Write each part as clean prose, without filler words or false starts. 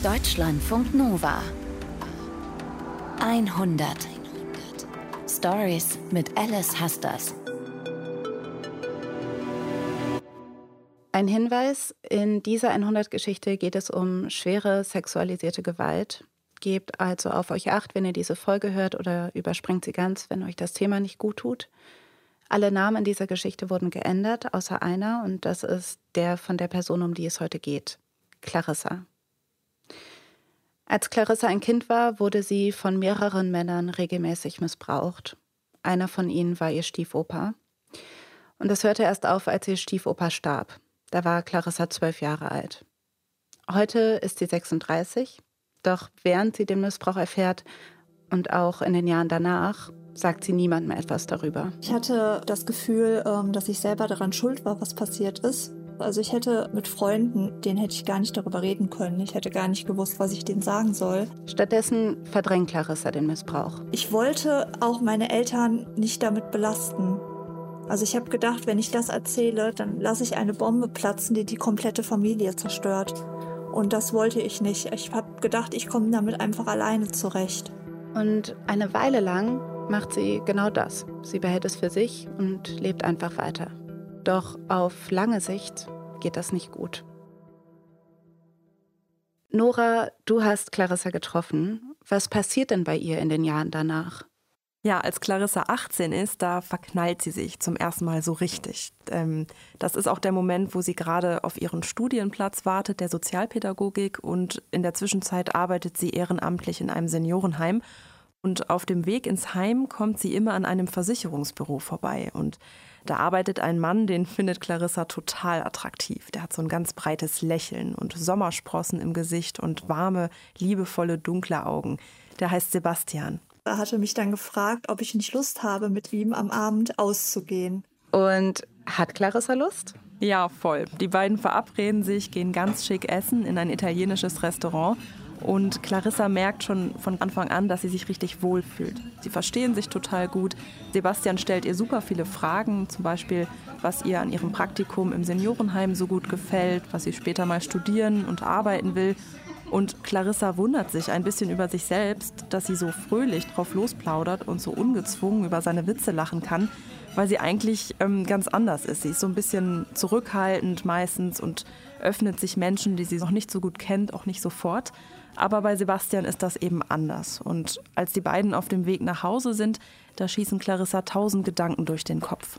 Deutschlandfunk Nova 100 Stories mit Alice Hasters. Ein Hinweis: In dieser 100-Geschichte geht es um schwere sexualisierte Gewalt. Gebt also auf euch Acht, wenn ihr diese Folge hört, oder überspringt sie ganz, wenn euch das Thema nicht gut tut. Alle Namen in dieser Geschichte wurden geändert, außer einer, und das ist der von der Person, um die es heute geht: Clarissa. Als Clarissa ein Kind war, wurde sie von mehreren Männern regelmäßig missbraucht. Einer von ihnen war ihr Stiefopa. Und das hörte erst auf, als ihr Stiefopa starb. Da war Clarissa 12 Jahre alt. Heute ist sie 36, doch während sie den Missbrauch erfährt und auch in den Jahren danach, sagt sie niemandem etwas darüber. Ich hatte das Gefühl, dass ich selber daran schuld war, was passiert ist. Also ich hätte mit Freunden, denen hätte ich gar nicht darüber reden können. Ich hätte gar nicht gewusst, was ich denen sagen soll. Stattdessen verdrängt Clarissa den Missbrauch. Ich wollte auch meine Eltern nicht damit belasten. Also ich habe gedacht, wenn ich das erzähle, dann lasse ich eine Bombe platzen, die die komplette Familie zerstört. Und das wollte ich nicht. Ich habe gedacht, ich komme damit einfach alleine zurecht. Und eine Weile lang macht sie genau das. Sie behält es für sich und lebt einfach weiter. Doch auf lange Sicht geht das nicht gut. Nora, du hast Clarissa getroffen. Was passiert denn bei ihr in den Jahren danach? Ja, als Clarissa 18 ist, da verknallt sie sich zum ersten Mal so richtig. Das ist auch der Moment, wo sie gerade auf ihren Studienplatz wartet, der Sozialpädagogik. Und in der Zwischenzeit arbeitet sie ehrenamtlich in einem Seniorenheim. Und auf dem Weg ins Heim kommt sie immer an einem Versicherungsbüro vorbei. Und da arbeitet ein Mann, den findet Clarissa total attraktiv. Der hat so ein ganz breites Lächeln und Sommersprossen im Gesicht und warme, liebevolle, dunkle Augen. Der heißt Sebastian. Er hatte mich dann gefragt, ob ich nicht Lust habe, mit ihm am Abend auszugehen. Und hat Clarissa Lust? Ja, voll. Die beiden verabreden sich, gehen ganz schick essen in ein italienisches Restaurant. Und Clarissa merkt schon von Anfang an, dass sie sich richtig wohlfühlt. Sie verstehen sich total gut. Sebastian stellt ihr super viele Fragen, zum Beispiel, was ihr an ihrem Praktikum im Seniorenheim so gut gefällt, was sie später mal studieren und arbeiten will. Und Clarissa wundert sich ein bisschen über sich selbst, dass sie so fröhlich drauf losplaudert und so ungezwungen über seine Witze lachen kann, weil sie eigentlich ganz anders ist. Sie ist so ein bisschen zurückhaltend meistens und öffnet sich Menschen, die sie noch nicht so gut kennt, auch nicht sofort. Aber bei Sebastian ist das eben anders. Und als die beiden auf dem Weg nach Hause sind, da schießen Clarissa 1000 Gedanken durch den Kopf.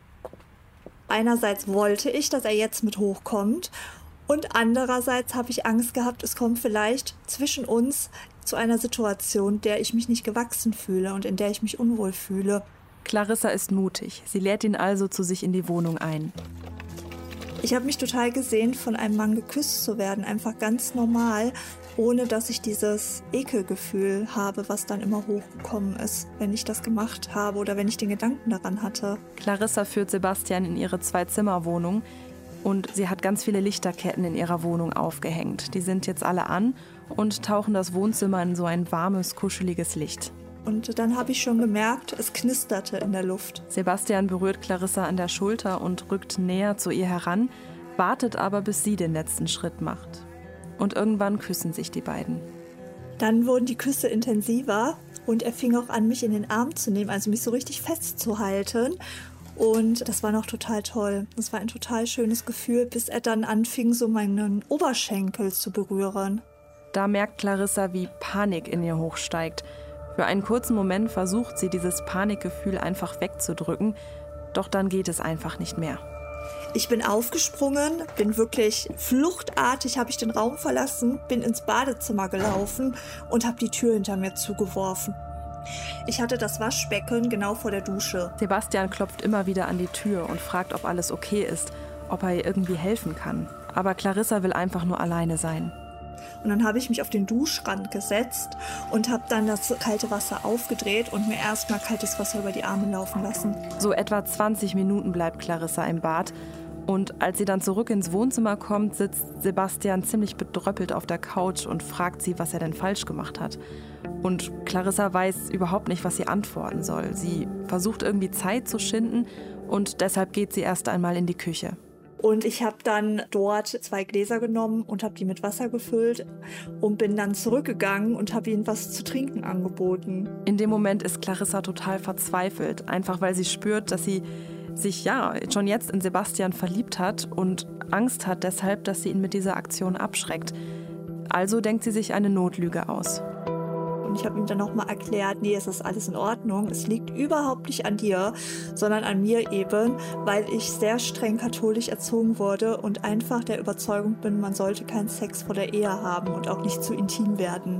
Einerseits wollte ich, dass er jetzt mit hochkommt. Und andererseits habe ich Angst gehabt, es kommt vielleicht zwischen uns zu einer Situation, der ich mich nicht gewachsen fühle und in der ich mich unwohl fühle. Clarissa ist mutig. Sie lädt ihn also zu sich in die Wohnung ein. Ich habe mich total gesehnt, von einem Mann geküsst zu werden, einfach ganz normal, ohne dass ich dieses Ekelgefühl habe, was dann immer hochgekommen ist, wenn ich das gemacht habe oder wenn ich den Gedanken daran hatte. Clarissa führt Sebastian in ihre 2-Zimmer-Wohnung und sie hat ganz viele Lichterketten in ihrer Wohnung aufgehängt. Die sind jetzt alle an und tauchen das Wohnzimmer in so ein warmes, kuscheliges Licht. Und dann habe ich schon gemerkt, es knisterte in der Luft. Sebastian berührt Clarissa an der Schulter und rückt näher zu ihr heran, wartet aber, bis sie den letzten Schritt macht. Und irgendwann küssen sich die beiden. Dann wurden die Küsse intensiver und er fing auch an, mich in den Arm zu nehmen, also mich so richtig festzuhalten. Und das war noch total toll. Das war ein total schönes Gefühl, bis er dann anfing, so meinen Oberschenkel zu berühren. Da merkt Clarissa, wie Panik in ihr hochsteigt. Für einen kurzen Moment versucht sie, dieses Panikgefühl einfach wegzudrücken, doch dann geht es einfach nicht mehr. Ich bin aufgesprungen, bin wirklich fluchtartig, habe ich den Raum verlassen, bin ins Badezimmer gelaufen und habe die Tür hinter mir zugeworfen. Ich hatte das Waschbecken genau vor der Dusche. Sebastian klopft immer wieder an die Tür und fragt, ob alles okay ist, ob er ihr irgendwie helfen kann. Aber Clarissa will einfach nur alleine sein. Und dann habe ich mich auf den Duschrand gesetzt und habe dann das kalte Wasser aufgedreht und mir erstmal kaltes Wasser über die Arme laufen lassen. So etwa 20 Minuten bleibt Clarissa im Bad. Und als sie dann zurück ins Wohnzimmer kommt, sitzt Sebastian ziemlich bedröppelt auf der Couch und fragt sie, was er denn falsch gemacht hat. Und Clarissa weiß überhaupt nicht, was sie antworten soll. Sie versucht irgendwie Zeit zu schinden und deshalb geht sie erst einmal in die Küche. Und ich habe dann dort 2 Gläser genommen und habe die mit Wasser gefüllt und bin dann zurückgegangen und habe ihnen was zu trinken angeboten. In dem Moment ist Clarissa total verzweifelt, einfach weil sie spürt, dass sie sich schon jetzt in Sebastian verliebt hat und Angst hat deshalb, dass sie ihn mit dieser Aktion abschreckt. Also denkt sie sich eine Notlüge aus. Und ich habe ihm dann nochmal erklärt, nee, es ist alles in Ordnung. Es liegt überhaupt nicht an dir, sondern an mir eben, weil ich sehr streng katholisch erzogen wurde und einfach der Überzeugung bin, man sollte keinen Sex vor der Ehe haben und auch nicht zu intim werden.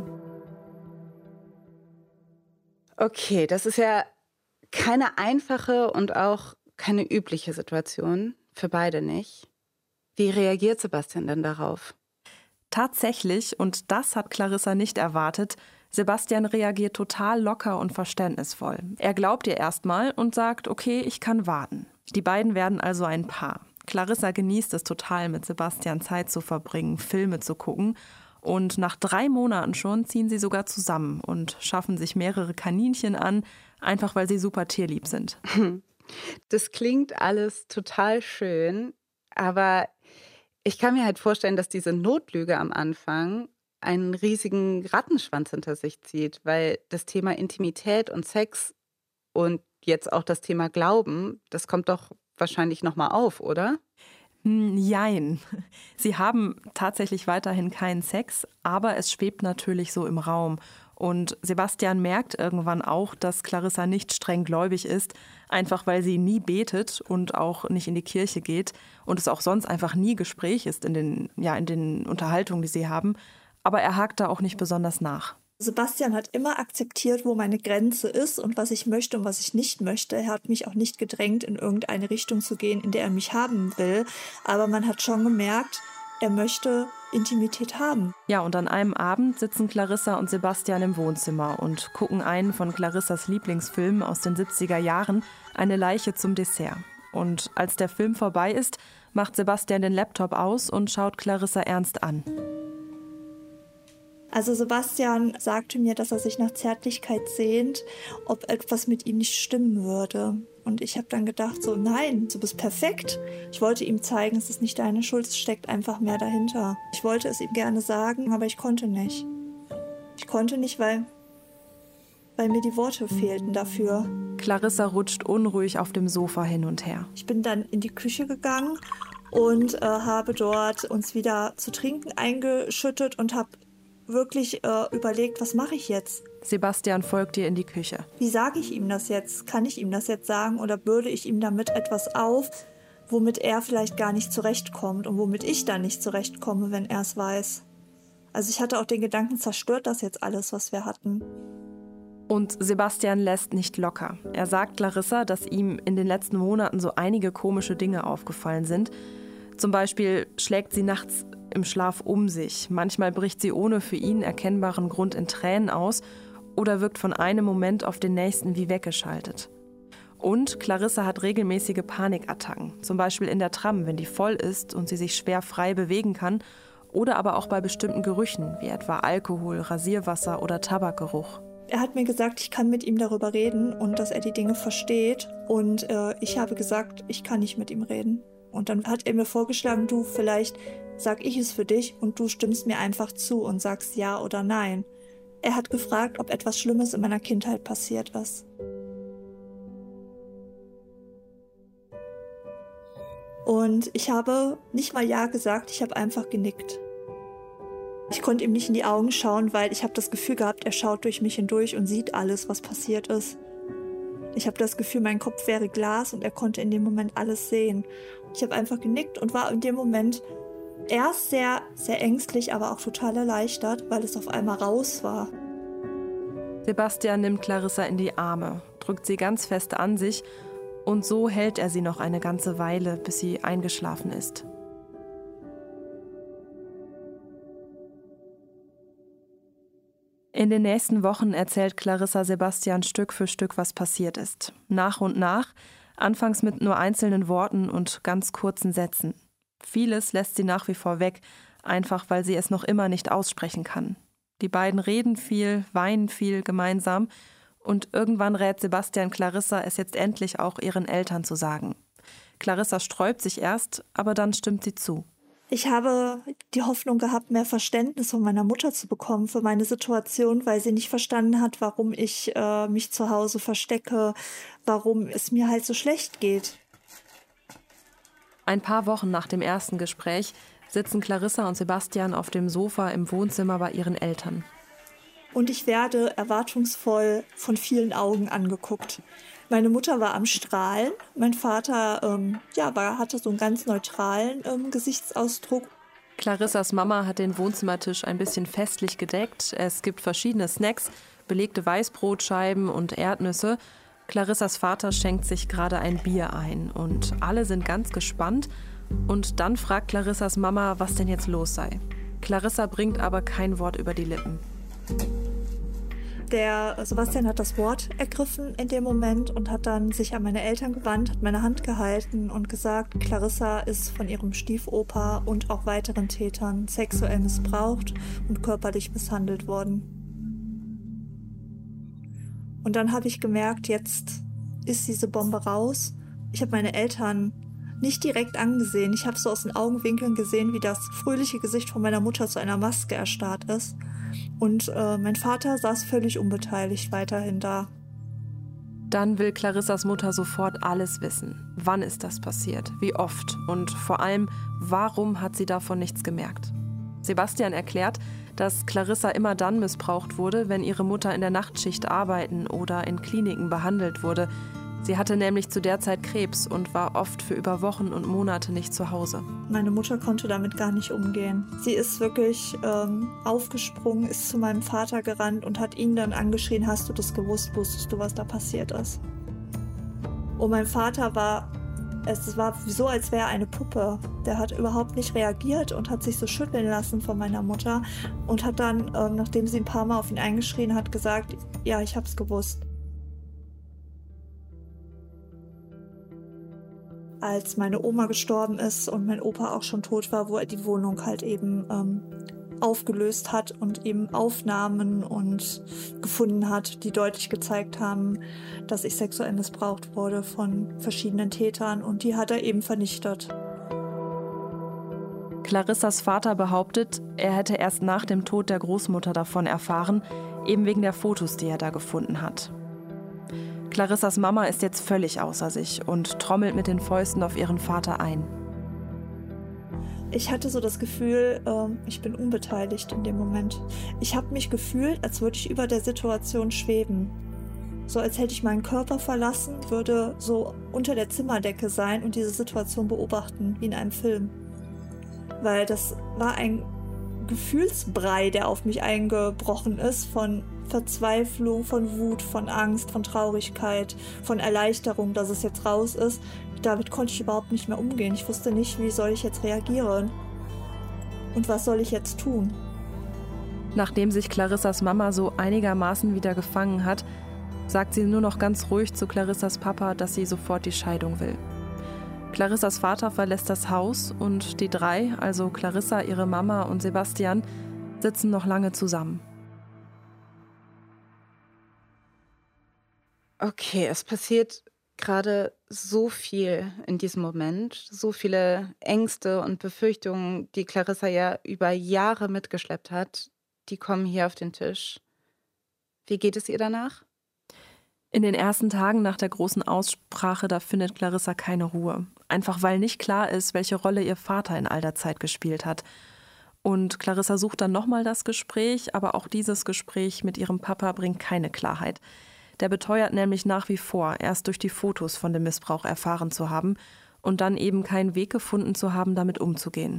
Okay, das ist ja keine einfache und auch keine übliche Situation, für beide nicht. Wie reagiert Sebastian denn darauf? Tatsächlich, und das hat Clarissa nicht erwartet, Sebastian reagiert total locker und verständnisvoll. Er glaubt ihr erstmal und sagt, okay, ich kann warten. Die beiden werden also ein Paar. Clarissa genießt es total, mit Sebastian Zeit zu verbringen, Filme zu gucken. Und nach 3 Monaten schon ziehen sie sogar zusammen und schaffen sich mehrere Kaninchen an, einfach weil sie super tierlieb sind. Das klingt alles total schön, aber ich kann mir halt vorstellen, dass diese Notlüge am Anfang einen riesigen Rattenschwanz hinter sich zieht, weil das Thema Intimität und Sex und jetzt auch das Thema Glauben, das kommt doch wahrscheinlich nochmal auf, oder? Jein. Sie haben tatsächlich weiterhin keinen Sex, aber es schwebt natürlich so im Raum. Und Sebastian merkt irgendwann auch, dass Clarissa nicht streng gläubig ist, einfach weil sie nie betet und auch nicht in die Kirche geht und es auch sonst einfach nie Gespräch ist in den Unterhaltungen, die sie haben. Aber er hakt da auch nicht besonders nach. Sebastian hat immer akzeptiert, wo meine Grenze ist und was ich möchte und was ich nicht möchte. Er hat mich auch nicht gedrängt, in irgendeine Richtung zu gehen, in der er mich haben will. Aber man hat schon gemerkt, er möchte Intimität haben. Ja, und an einem Abend sitzen Clarissa und Sebastian im Wohnzimmer und gucken einen von Clarissas Lieblingsfilmen aus den 70er Jahren, Eine Leiche zum Dessert. Und als der Film vorbei ist, macht Sebastian den Laptop aus und schaut Clarissa ernst an. Also Sebastian sagte mir, dass er sich nach Zärtlichkeit sehnt, ob etwas mit ihm nicht stimmen würde. Und ich habe dann gedacht, so nein, du bist perfekt. Ich wollte ihm zeigen, es ist nicht deine Schuld, es steckt einfach mehr dahinter. Ich wollte es ihm gerne sagen, aber ich konnte nicht. Ich konnte nicht, weil mir die Worte fehlten dafür. Clarissa rutscht unruhig auf dem Sofa hin und her. Ich bin dann in die Küche gegangen und habe dort uns wieder zu trinken eingeschüttet und habe wirklich überlegt, was mache ich jetzt? Sebastian folgt ihr in die Küche. Wie sage ich ihm das jetzt? Kann ich ihm das jetzt sagen oder bürde ich ihm damit etwas auf, womit er vielleicht gar nicht zurechtkommt und womit ich dann nicht zurechtkomme, wenn er es weiß? Also ich hatte auch den Gedanken, zerstört das jetzt alles, was wir hatten? Und Sebastian lässt nicht locker. Er sagt Clarissa, dass ihm in den letzten Monaten so einige komische Dinge aufgefallen sind. Zum Beispiel schlägt sie nachts im Schlaf um sich. Manchmal bricht sie ohne für ihn erkennbaren Grund in Tränen aus oder wirkt von einem Moment auf den nächsten wie weggeschaltet. Und Clarissa hat regelmäßige Panikattacken, zum Beispiel in der Tram, wenn die voll ist und sie sich schwer frei bewegen kann, oder aber auch bei bestimmten Gerüchen, wie etwa Alkohol, Rasierwasser oder Tabakgeruch. Er hat mir gesagt, ich kann mit ihm darüber reden und dass er die Dinge versteht. Und ich habe gesagt, ich kann nicht mit ihm reden. Und dann hat er mir vorgeschlagen, du, vielleicht sag ich es für dich und du stimmst mir einfach zu und sagst ja oder nein. Er hat gefragt, ob etwas Schlimmes in meiner Kindheit passiert ist. Und ich habe nicht mal ja gesagt, ich habe einfach genickt. Ich konnte ihm nicht in die Augen schauen, weil ich habe das Gefühl gehabt, er schaut durch mich hindurch und sieht alles, was passiert ist. Ich habe das Gefühl, mein Kopf wäre Glas und er konnte in dem Moment alles sehen. Ich habe einfach genickt und war in dem Moment erst sehr, sehr ängstlich, aber auch total erleichtert, weil es auf einmal raus war. Sebastian nimmt Clarissa in die Arme, drückt sie ganz fest an sich und so hält er sie noch eine ganze Weile, bis sie eingeschlafen ist. In den nächsten Wochen erzählt Clarissa Sebastian Stück für Stück, was passiert ist. Nach und nach, anfangs mit nur einzelnen Worten und ganz kurzen Sätzen. Vieles lässt sie nach wie vor weg, einfach weil sie es noch immer nicht aussprechen kann. Die beiden reden viel, weinen viel gemeinsam und irgendwann rät Sebastian Clarissa, es jetzt endlich auch ihren Eltern zu sagen. Clarissa sträubt sich erst, aber dann stimmt sie zu. Ich habe die Hoffnung gehabt, mehr Verständnis von meiner Mutter zu bekommen für meine Situation, weil sie nicht verstanden hat, warum ich mich zu Hause verstecke, warum es mir halt so schlecht geht. Ein paar Wochen nach dem ersten Gespräch sitzen Clarissa und Sebastian auf dem Sofa im Wohnzimmer bei ihren Eltern. Und ich werde erwartungsvoll von vielen Augen angeguckt. Meine Mutter war am Strahlen, mein Vater hatte so einen ganz neutralen Gesichtsausdruck. Clarissas Mama hat den Wohnzimmertisch ein bisschen festlich gedeckt. Es gibt verschiedene Snacks, belegte Weißbrotscheiben und Erdnüsse. Clarissas Vater schenkt sich gerade ein Bier ein und alle sind ganz gespannt. Und dann fragt Clarissas Mama, was denn jetzt los sei. Clarissa bringt aber kein Wort über die Lippen. Der Sebastian hat das Wort ergriffen in dem Moment und hat dann sich an meine Eltern gewandt, hat meine Hand gehalten und gesagt, Clarissa ist von ihrem Stiefoper und auch weiteren Tätern sexuell missbraucht und körperlich misshandelt worden. Und dann habe ich gemerkt, jetzt ist diese Bombe raus. Ich habe meine Eltern nicht direkt angesehen. Ich habe so aus den Augenwinkeln gesehen, wie das fröhliche Gesicht von meiner Mutter zu einer Maske erstarrt ist. Und mein Vater saß völlig unbeteiligt weiterhin da. Dann will Clarissas Mutter sofort alles wissen. Wann ist das passiert? Wie oft? Und vor allem, warum hat sie davon nichts gemerkt? Sebastian erklärt, dass Clarissa immer dann missbraucht wurde, wenn ihre Mutter in der Nachtschicht arbeiten oder in Kliniken behandelt wurde. Sie hatte nämlich zu der Zeit Krebs und war oft für über Wochen und Monate nicht zu Hause. Meine Mutter konnte damit gar nicht umgehen. Sie ist wirklich aufgesprungen, ist zu meinem Vater gerannt und hat ihn dann angeschrien, hast du das gewusst, wusstest du, was da passiert ist? Und mein Vater es war so, als wäre er eine Puppe. Der hat überhaupt nicht reagiert und hat sich so schütteln lassen von meiner Mutter und hat dann, nachdem sie ein paar Mal auf ihn eingeschrien hat, gesagt, ja, ich hab's gewusst. Als meine Oma gestorben ist und mein Opa auch schon tot war, wo er die Wohnung halt eben aufgelöst hat und eben Aufnahmen und gefunden hat, die deutlich gezeigt haben, dass ich sexuell missbraucht wurde von verschiedenen Tätern und die hat er eben vernichtet. Clarissas Vater behauptet, er hätte erst nach dem Tod der Großmutter davon erfahren, eben wegen der Fotos, die er da gefunden hat. Clarissas Mama ist jetzt völlig außer sich und trommelt mit den Fäusten auf ihren Vater ein. Ich hatte so das Gefühl, ich bin unbeteiligt in dem Moment. Ich habe mich gefühlt, als würde ich über der Situation schweben. So als hätte ich meinen Körper verlassen, würde so unter der Zimmerdecke sein und diese Situation beobachten, wie in einem Film. Weil das war ein Gefühlsbrei, der auf mich eingebrochen ist, von Verzweiflung, von Wut, von Angst, von Traurigkeit, von Erleichterung, dass es jetzt raus ist. Damit konnte ich überhaupt nicht mehr umgehen. Ich wusste nicht, wie soll ich jetzt reagieren und was soll ich jetzt tun. Nachdem sich Clarissas Mama so einigermaßen wieder gefangen hat, sagt sie nur noch ganz ruhig zu Clarissas Papa, dass sie sofort die Scheidung will. Clarissas Vater verlässt das Haus und die drei, also Clarissa, ihre Mama und Sebastian, sitzen noch lange zusammen. Okay, es passiert gerade so viel in diesem Moment, so viele Ängste und Befürchtungen, die Clarissa ja über Jahre mitgeschleppt hat, die kommen hier auf den Tisch. Wie geht es ihr danach? In den ersten Tagen nach der großen Aussprache, da findet Clarissa keine Ruhe. Einfach weil nicht klar ist, welche Rolle ihr Vater in all der Zeit gespielt hat. Und Clarissa sucht dann nochmal das Gespräch, aber auch dieses Gespräch mit ihrem Papa bringt keine Klarheit. Der beteuert nämlich nach wie vor, erst durch die Fotos von dem Missbrauch erfahren zu haben und dann eben keinen Weg gefunden zu haben, damit umzugehen.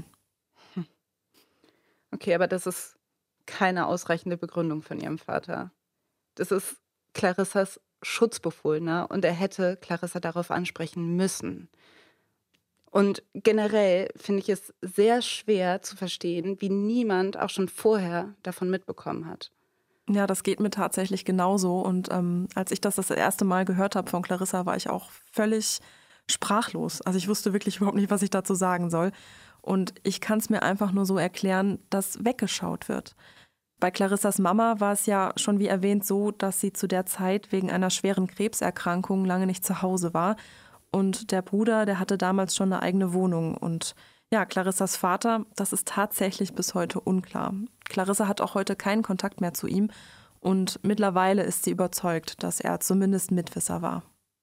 Okay, aber das ist keine ausreichende Begründung von ihrem Vater. Das ist Clarissas Schutzbefohlener und er hätte Clarissa darauf ansprechen müssen. Und generell finde ich es sehr schwer zu verstehen, wie niemand auch schon vorher davon mitbekommen hat. Ja, das geht mir tatsächlich genauso. Und als ich das erste Mal gehört habe von Clarissa, war ich auch völlig sprachlos. Also ich wusste wirklich überhaupt nicht, was ich dazu sagen soll. Und ich kann es mir einfach nur so erklären, dass weggeschaut wird. Bei Clarissas Mama war es ja schon wie erwähnt so, dass sie zu der Zeit wegen einer schweren Krebserkrankung lange nicht zu Hause war. und der Bruder, der hatte damals schon eine eigene Wohnung. Und ja, Clarissas Vater, das ist tatsächlich bis heute unklar. Clarissa hat auch heute keinen Kontakt mehr zu ihm und mittlerweile ist sie überzeugt, dass er zumindest Mitwisser war.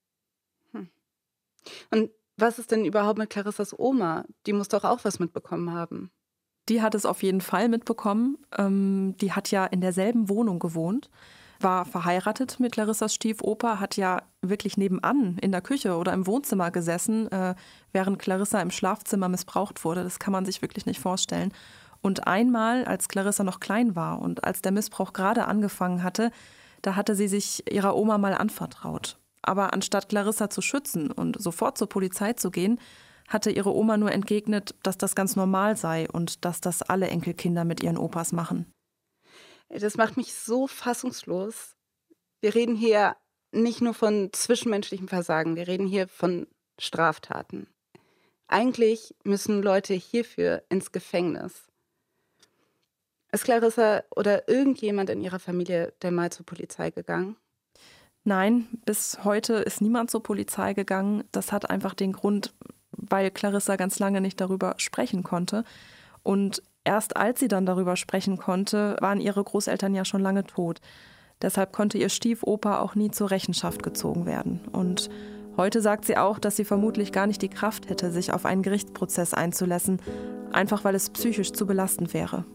Und was ist denn überhaupt mit Clarissas Oma? Die muss doch auch was mitbekommen haben. Die hat es auf jeden Fall mitbekommen. Die hat ja in derselben Wohnung gewohnt, war verheiratet mit Clarissas Stiefoper, hat ja wirklich nebenan in der Küche oder im Wohnzimmer gesessen, während Clarissa im Schlafzimmer missbraucht wurde. Das kann man sich wirklich nicht vorstellen. Und einmal, als Clarissa noch klein war und als der Missbrauch gerade angefangen hatte, da hatte sie sich ihrer Oma mal anvertraut. Aber anstatt Clarissa zu schützen und sofort zur Polizei zu gehen, hatte ihre Oma nur entgegnet, dass das ganz normal sei und dass das alle Enkelkinder mit ihren Opas machen. Das macht mich so fassungslos. Wir reden hier nicht nur von zwischenmenschlichem Versagen, wir reden hier von Straftaten. Eigentlich müssen Leute hierfür ins Gefängnis. Ist Clarissa oder irgendjemand in ihrer Familie denn mal zur Polizei gegangen? Nein, bis heute ist niemand zur Polizei gegangen. Das hat einfach den Grund, weil Clarissa ganz lange nicht darüber sprechen konnte. Und erst als sie dann darüber sprechen konnte, waren ihre Großeltern ja schon lange tot. Deshalb konnte ihr Stiefoper auch nie zur Rechenschaft gezogen werden. Und heute sagt sie auch, dass sie vermutlich gar nicht die Kraft hätte, sich auf einen Gerichtsprozess einzulassen, einfach weil es psychisch zu belastend wäre.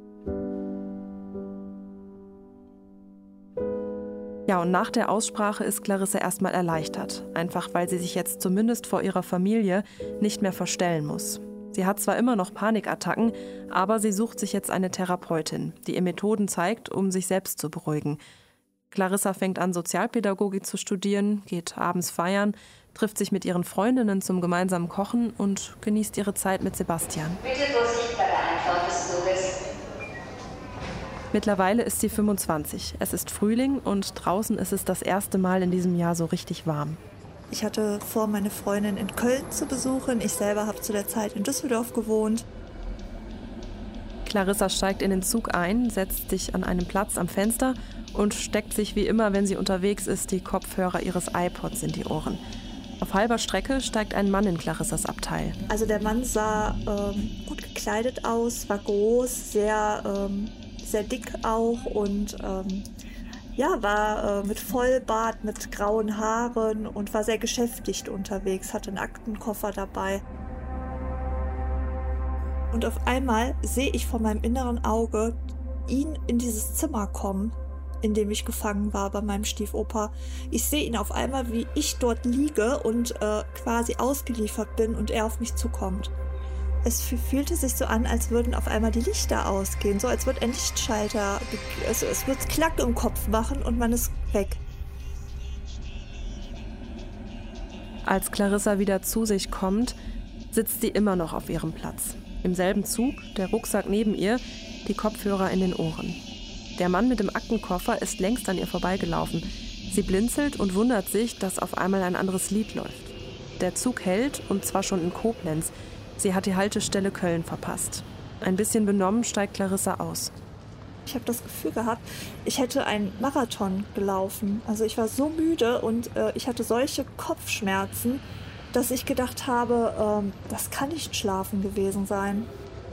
Ja, und nach der Aussprache ist Clarissa erstmal erleichtert, einfach weil sie sich jetzt zumindest vor ihrer Familie nicht mehr verstellen muss. Sie hat zwar immer noch Panikattacken, aber sie sucht sich jetzt eine Therapeutin, die ihr Methoden zeigt, um sich selbst zu beruhigen. Clarissa fängt an, Sozialpädagogik zu studieren, geht abends feiern, trifft sich mit ihren Freundinnen zum gemeinsamen Kochen und genießt ihre Zeit mit Sebastian. Bitte Vorsicht bei der Einfahrt des Zuges. Mittlerweile ist sie 25. Es ist Frühling und draußen ist es das erste Mal in diesem Jahr so richtig warm. Ich hatte vor, meine Freundin in Köln zu besuchen. Ich selber habe zu der Zeit in Düsseldorf gewohnt. Clarissa steigt in den Zug ein, setzt sich an einen Platz am Fenster und steckt sich wie immer, wenn sie unterwegs ist, die Kopfhörer ihres iPods in die Ohren. Auf halber Strecke steigt ein Mann in Clarissas Abteil. Also der Mann sah gut gekleidet aus, war groß, sehr dick auch und war mit Vollbart, mit grauen Haaren und war sehr geschäftigt unterwegs, hatte einen Aktenkoffer dabei. Und auf einmal sehe ich vor meinem inneren Auge ihn in dieses Zimmer kommen, in dem ich gefangen war bei meinem Stiefoper. Ich sehe ihn auf einmal, wie ich dort liege und quasi ausgeliefert bin und er auf mich zukommt. Es fühlte sich so an, als würden auf einmal die Lichter ausgehen, so als würde ein Lichtschalter, also es würde Klack im Kopf machen und man ist weg. Als Clarissa wieder zu sich kommt, sitzt sie immer noch auf ihrem Platz. Im selben Zug, der Rucksack neben ihr, die Kopfhörer in den Ohren. Der Mann mit dem Aktenkoffer ist längst an ihr vorbeigelaufen. Sie blinzelt und wundert sich, dass auf einmal ein anderes Lied läuft. Der Zug hält, und zwar schon in Koblenz. Sie hat die Haltestelle Köln verpasst. Ein bisschen benommen steigt Clarissa aus. Ich habe das Gefühl gehabt, ich hätte einen Marathon gelaufen. Also ich war so müde und ich hatte solche Kopfschmerzen, dass ich gedacht habe, das kann nicht Schlafen gewesen sein.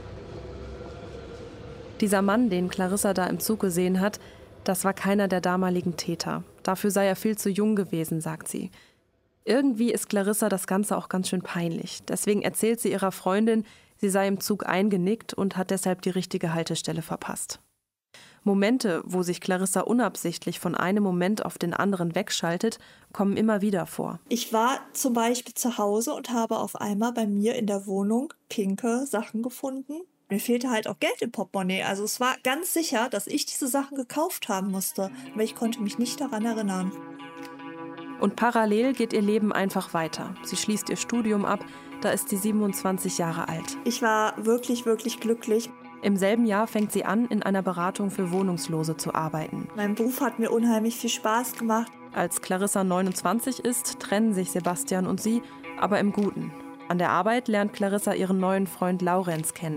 Dieser Mann, den Clarissa da im Zug gesehen hat, das war keiner der damaligen Täter. Dafür sei er viel zu jung gewesen, sagt sie. Irgendwie ist Clarissa das Ganze auch ganz schön peinlich. Deswegen erzählt sie ihrer Freundin, sie sei im Zug eingenickt und hat deshalb die richtige Haltestelle verpasst. Momente, wo sich Clarissa unabsichtlich von einem Moment auf den anderen wegschaltet, kommen immer wieder vor. Ich war zum Beispiel zu Hause und habe auf einmal bei mir in der Wohnung pinke Sachen gefunden. Mir fehlte halt auch Geld im Portemonnaie. Also es war ganz sicher, dass ich diese Sachen gekauft haben musste. Aber ich konnte mich nicht daran erinnern. Und parallel geht ihr Leben einfach weiter. Sie schließt ihr Studium ab, da ist sie 27 Jahre alt. Ich war wirklich, wirklich glücklich. Im selben Jahr fängt sie an, in einer Beratung für Wohnungslose zu arbeiten. Mein Beruf hat mir unheimlich viel Spaß gemacht. Als Clarissa 29 ist, trennen sich Sebastian und sie, aber im Guten. An der Arbeit lernt Clarissa ihren neuen Freund Laurenz kennen.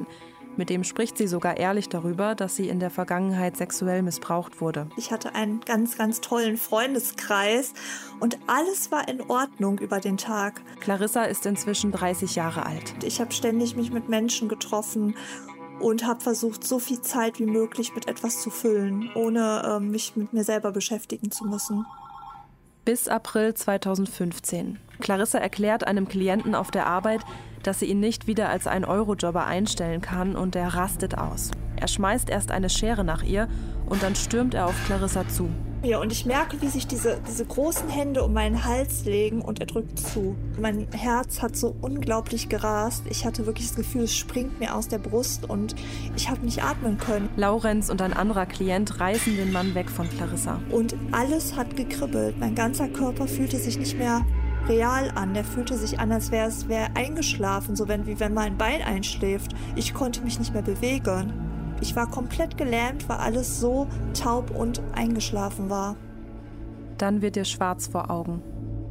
Mit dem spricht sie sogar ehrlich darüber, dass sie in der Vergangenheit sexuell missbraucht wurde. Ich hatte einen ganz, ganz tollen Freundeskreis und alles war in Ordnung über den Tag. Clarissa ist inzwischen 30 Jahre alt. Ich habe ständig mich mit Menschen getroffen und habe versucht, so viel Zeit wie möglich mit etwas zu füllen, ohne mich mit mir selber beschäftigen zu müssen. Bis April 2015. Clarissa erklärt einem Klienten auf der Arbeit, dass sie ihn nicht wieder als 1-Euro-Jobber einstellen kann, und er rastet aus. Er schmeißt erst eine Schere nach ihr und dann stürmt er auf Clarissa zu. Ja, und ich merke, wie sich diese großen Hände um meinen Hals legen und er drückt zu. Mein Herz hat so unglaublich gerast. Ich hatte wirklich das Gefühl, es springt mir aus der Brust und ich habe nicht atmen können. Laurenz und ein anderer Klient reißen den Mann weg von Clarissa. Und alles hat gekribbelt. Mein ganzer Körper fühlte sich nicht mehr real an. Der fühlte sich an, als wäre eingeschlafen, so wie wenn mein Bein einschläft. Ich konnte mich nicht mehr bewegen. Ich war komplett gelähmt, weil alles so taub und eingeschlafen war. Dann wird ihr schwarz vor Augen.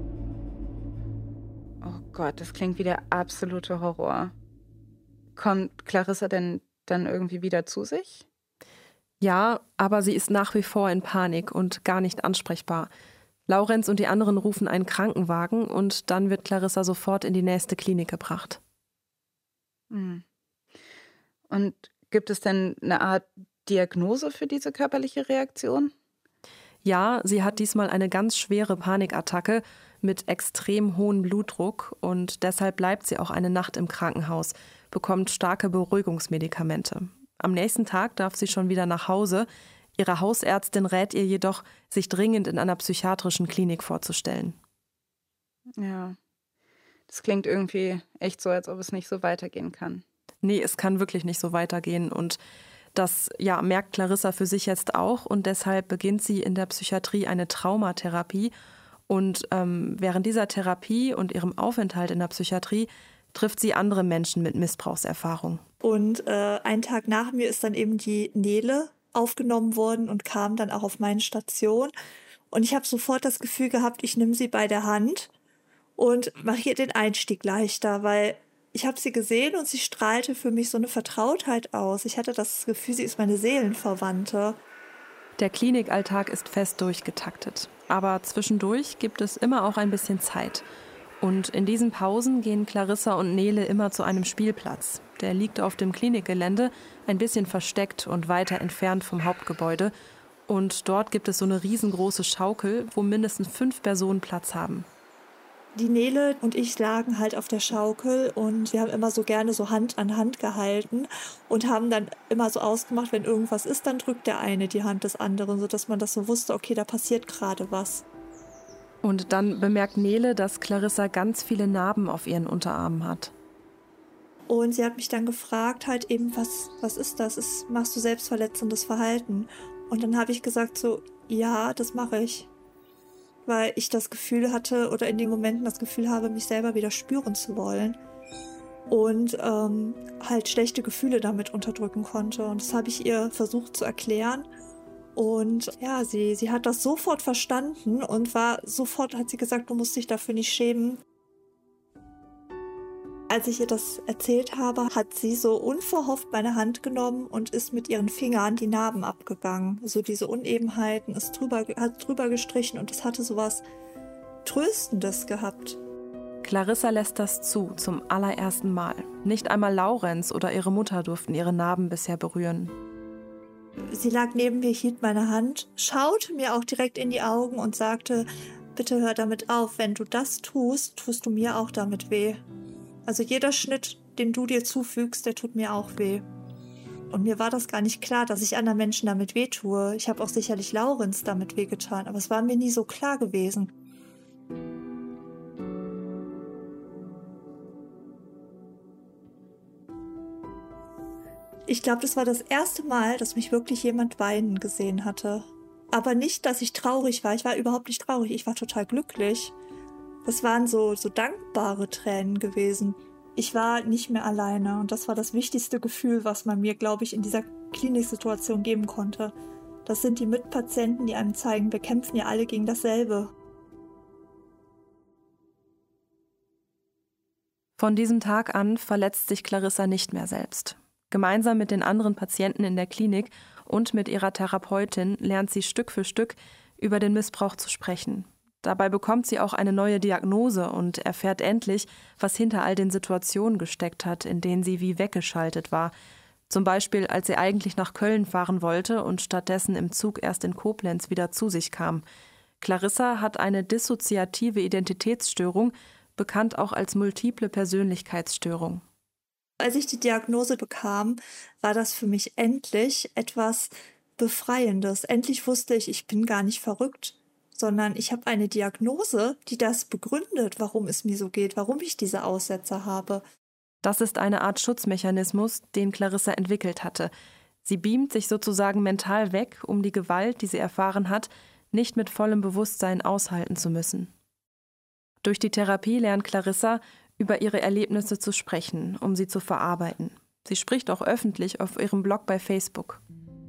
Oh Gott, das klingt wie der absolute Horror. Kommt Clarissa denn dann irgendwie wieder zu sich? Ja, aber sie ist nach wie vor in Panik und gar nicht ansprechbar. Laurenz und die anderen rufen einen Krankenwagen und dann wird Clarissa sofort in die nächste Klinik gebracht. Und gibt es denn eine Art Diagnose für diese körperliche Reaktion? Ja, sie hat diesmal eine ganz schwere Panikattacke mit extrem hohem Blutdruck und deshalb bleibt sie auch eine Nacht im Krankenhaus, bekommt starke Beruhigungsmedikamente. Am nächsten Tag darf sie schon wieder nach Hause. Ihre Hausärztin rät ihr jedoch, sich dringend in einer psychiatrischen Klinik vorzustellen. Ja, das klingt irgendwie echt so, als ob es nicht so weitergehen kann. Nee, es kann wirklich nicht so weitergehen und das merkt Clarissa für sich jetzt auch und deshalb beginnt sie in der Psychiatrie eine Traumatherapie und während dieser Therapie und ihrem Aufenthalt in der Psychiatrie trifft sie andere Menschen mit Missbrauchserfahrung. Und einen Tag nach mir ist dann eben die Nele aufgenommen worden und kam dann auch auf meine Station. Und ich habe sofort das Gefühl gehabt, ich nehme sie bei der Hand und mache ihr den Einstieg leichter, weil ich habe sie gesehen und sie strahlte für mich so eine Vertrautheit aus. Ich hatte das Gefühl, sie ist meine Seelenverwandte. Der Klinikalltag ist fest durchgetaktet. Aber zwischendurch gibt es immer auch ein bisschen Zeit. Und in diesen Pausen gehen Clarissa und Nele immer zu einem Spielplatz. Der liegt auf dem Klinikgelände, ein bisschen versteckt und weiter entfernt vom Hauptgebäude. Und dort gibt es so eine riesengroße Schaukel, wo mindestens 5 Personen Platz haben. Die Nele und ich lagen halt auf der Schaukel und wir haben immer so gerne so Hand an Hand gehalten und haben dann immer so ausgemacht, wenn irgendwas ist, dann drückt der eine die Hand des anderen, sodass man das so wusste, okay, da passiert gerade was. Und dann bemerkt Nele, dass Clarissa ganz viele Narben auf ihren Unterarmen hat. Und sie hat mich dann gefragt, halt eben, was ist das? Machst du selbstverletzendes Verhalten? Und dann habe ich gesagt so, ja, das mache ich. Weil ich das Gefühl hatte oder in den Momenten das Gefühl habe, mich selber wieder spüren zu wollen. Und halt schlechte Gefühle damit unterdrücken konnte. Und das habe ich ihr versucht zu erklären. Und ja, sie hat das sofort verstanden und hat sie gesagt, du musst dich dafür nicht schämen. Als ich ihr das erzählt habe, hat sie so unverhofft meine Hand genommen und ist mit ihren Fingern die Narben abgegangen. So diese Unebenheiten, hat drüber gestrichen und es hatte so was Tröstendes gehabt. Clarissa lässt das zu, zum allerersten Mal. Nicht einmal Laurenz oder ihre Mutter durften ihre Narben bisher berühren. Sie lag neben mir, hielt meine Hand, schaute mir auch direkt in die Augen und sagte, bitte hör damit auf, wenn du das tust, tust du mir auch damit weh. Also jeder Schnitt, den du dir zufügst, der tut mir auch weh. Und mir war das gar nicht klar, dass ich anderen Menschen damit weh tue. Ich habe auch sicherlich Laurenz damit wehgetan, aber es war mir nie so klar gewesen. Ich glaube, das war das erste Mal, dass mich wirklich jemand weinen gesehen hatte. Aber nicht, dass ich traurig war. Ich war überhaupt nicht traurig. Ich war total glücklich. Das waren so dankbare Tränen gewesen. Ich war nicht mehr alleine. Und das war das wichtigste Gefühl, was man mir, glaube ich, in dieser Kliniksituation geben konnte. Das sind die Mitpatienten, die einem zeigen, wir kämpfen ja alle gegen dasselbe. Von diesem Tag an verletzt sich Clarissa nicht mehr selbst. Gemeinsam mit den anderen Patienten in der Klinik und mit ihrer Therapeutin lernt sie Stück für Stück über den Missbrauch zu sprechen. Dabei bekommt sie auch eine neue Diagnose und erfährt endlich, was hinter all den Situationen gesteckt hat, in denen sie wie weggeschaltet war. Zum Beispiel, als sie eigentlich nach Köln fahren wollte und stattdessen im Zug erst in Koblenz wieder zu sich kam. Clarissa hat eine dissoziative Identitätsstörung, bekannt auch als multiple Persönlichkeitsstörung. Als ich die Diagnose bekam, war das für mich endlich etwas Befreiendes. Endlich wusste ich bin gar nicht verrückt, sondern ich habe eine Diagnose, die das begründet, warum es mir so geht, warum ich diese Aussetzer habe. Das ist eine Art Schutzmechanismus, den Clarissa entwickelt hatte. Sie beamt sich sozusagen mental weg, um die Gewalt, die sie erfahren hat, nicht mit vollem Bewusstsein aushalten zu müssen. Durch die Therapie lernt Clarissa, über ihre Erlebnisse zu sprechen, um sie zu verarbeiten. Sie spricht auch öffentlich auf ihrem Blog bei Facebook.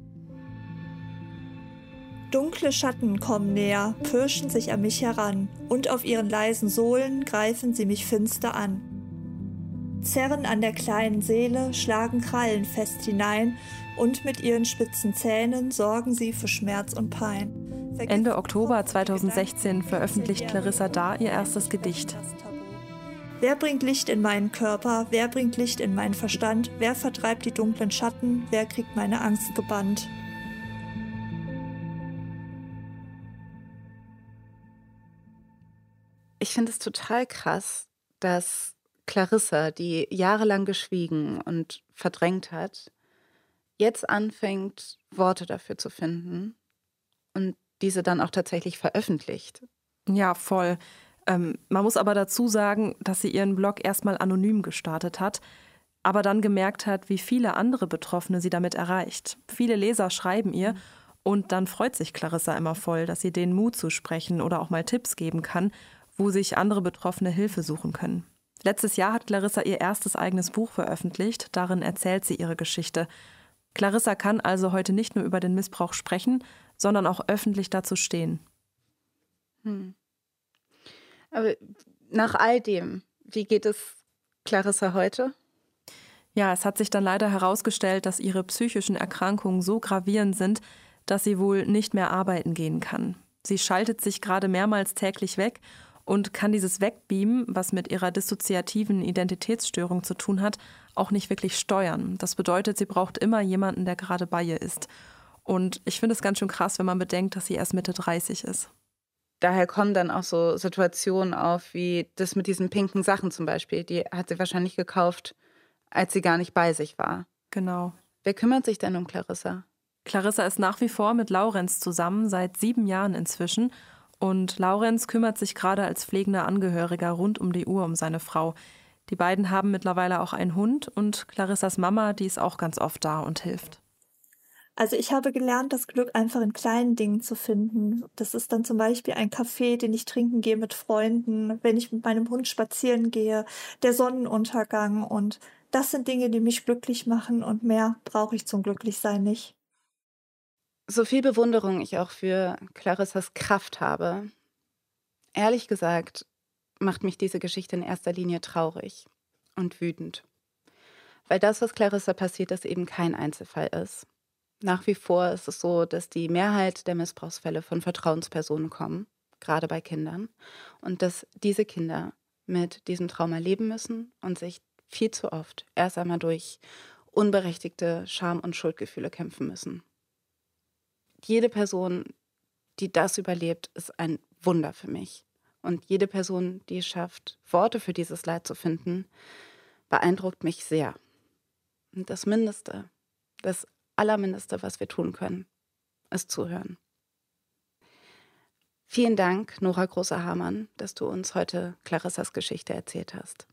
Dunkle Schatten kommen näher, pirschen sich an mich heran, und auf ihren leisen Sohlen greifen sie mich finster an. Zerren an der kleinen Seele, schlagen Krallen fest hinein, und mit ihren spitzen Zähnen sorgen sie für Schmerz und Pein. Ende Oktober 2016 veröffentlicht Clarissa Da ihr erstes Gedicht. Wer bringt Licht in meinen Körper? Wer bringt Licht in meinen Verstand? Wer vertreibt die dunklen Schatten? Wer kriegt meine Angst gebannt? Ich finde es total krass, dass Clarissa, die jahrelang geschwiegen und verdrängt hat, jetzt anfängt, Worte dafür zu finden und diese dann auch tatsächlich veröffentlicht. Ja, voll. Man muss aber dazu sagen, dass sie ihren Blog erstmal anonym gestartet hat, aber dann gemerkt hat, wie viele andere Betroffene sie damit erreicht. Viele Leser schreiben ihr und dann freut sich Clarissa immer voll, dass sie denen Mut zusprechen oder auch mal Tipps geben kann, wo sich andere Betroffene Hilfe suchen können. Letztes Jahr hat Clarissa ihr erstes eigenes Buch veröffentlicht, darin erzählt sie ihre Geschichte. Clarissa kann also heute nicht nur über den Missbrauch sprechen, sondern auch öffentlich dazu stehen. Aber nach all dem, wie geht es Clarissa heute? Ja, es hat sich dann leider herausgestellt, dass ihre psychischen Erkrankungen so gravierend sind, dass sie wohl nicht mehr arbeiten gehen kann. Sie schaltet sich gerade mehrmals täglich weg und kann dieses Wegbeamen, was mit ihrer dissoziativen Identitätsstörung zu tun hat, auch nicht wirklich steuern. Das bedeutet, sie braucht immer jemanden, der gerade bei ihr ist. Und ich finde es ganz schön krass, wenn man bedenkt, dass sie erst Mitte 30 ist. Daher kommen dann auch so Situationen auf, wie das mit diesen pinken Sachen zum Beispiel. Die hat sie wahrscheinlich gekauft, als sie gar nicht bei sich war. Genau. Wer kümmert sich denn um Clarissa? Clarissa ist nach wie vor mit Laurenz zusammen, seit 7 Jahren inzwischen. Und Laurenz kümmert sich gerade als pflegender Angehöriger rund um die Uhr um seine Frau. Die beiden haben mittlerweile auch einen Hund und Clarissas Mama, die ist auch ganz oft da und hilft. Also ich habe gelernt, das Glück einfach in kleinen Dingen zu finden. Das ist dann zum Beispiel ein Kaffee, den ich trinken gehe mit Freunden, wenn ich mit meinem Hund spazieren gehe, der Sonnenuntergang. Und das sind Dinge, die mich glücklich machen und mehr brauche ich zum Glücklichsein nicht. So viel Bewunderung ich auch für Clarissas Kraft habe. Ehrlich gesagt macht mich diese Geschichte in erster Linie traurig und wütend. Weil das, was Clarissa passiert, ist eben kein Einzelfall ist. Nach wie vor ist es so, dass die Mehrheit der Missbrauchsfälle von Vertrauenspersonen kommen, gerade bei Kindern, und dass diese Kinder mit diesem Trauma leben müssen und sich viel zu oft erst einmal durch unberechtigte Scham- und Schuldgefühle kämpfen müssen. Jede Person, die das überlebt, ist ein Wunder für mich. Und jede Person, die es schafft, Worte für dieses Leid zu finden, beeindruckt mich sehr. Und das Mindeste, das Allermindeste, was wir tun können, ist zuhören. Vielen Dank, Nora Großer-Hamann, dass du uns heute Clarissas Geschichte erzählt hast.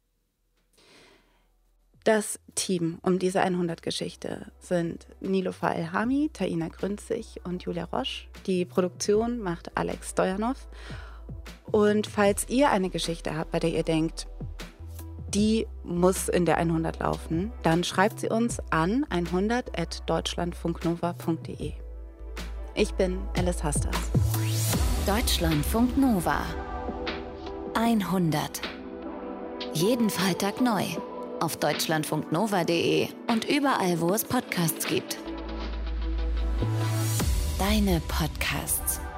Das Team um diese 100-Geschichte sind Niloufar Elhami, Taina Grünzig und Julia Roche. Die Produktion macht Alex Stojanov. Und falls ihr eine Geschichte habt, bei der ihr denkt, die muss in der 100 laufen, dann schreibt sie uns an 100@deutschlandfunknova.de. Ich bin Alice Hastas. Deutschlandfunk Nova 100. Jeden Freitag neu. auf deutschlandfunknova.de und überall, wo es Podcasts gibt. Deine Podcasts.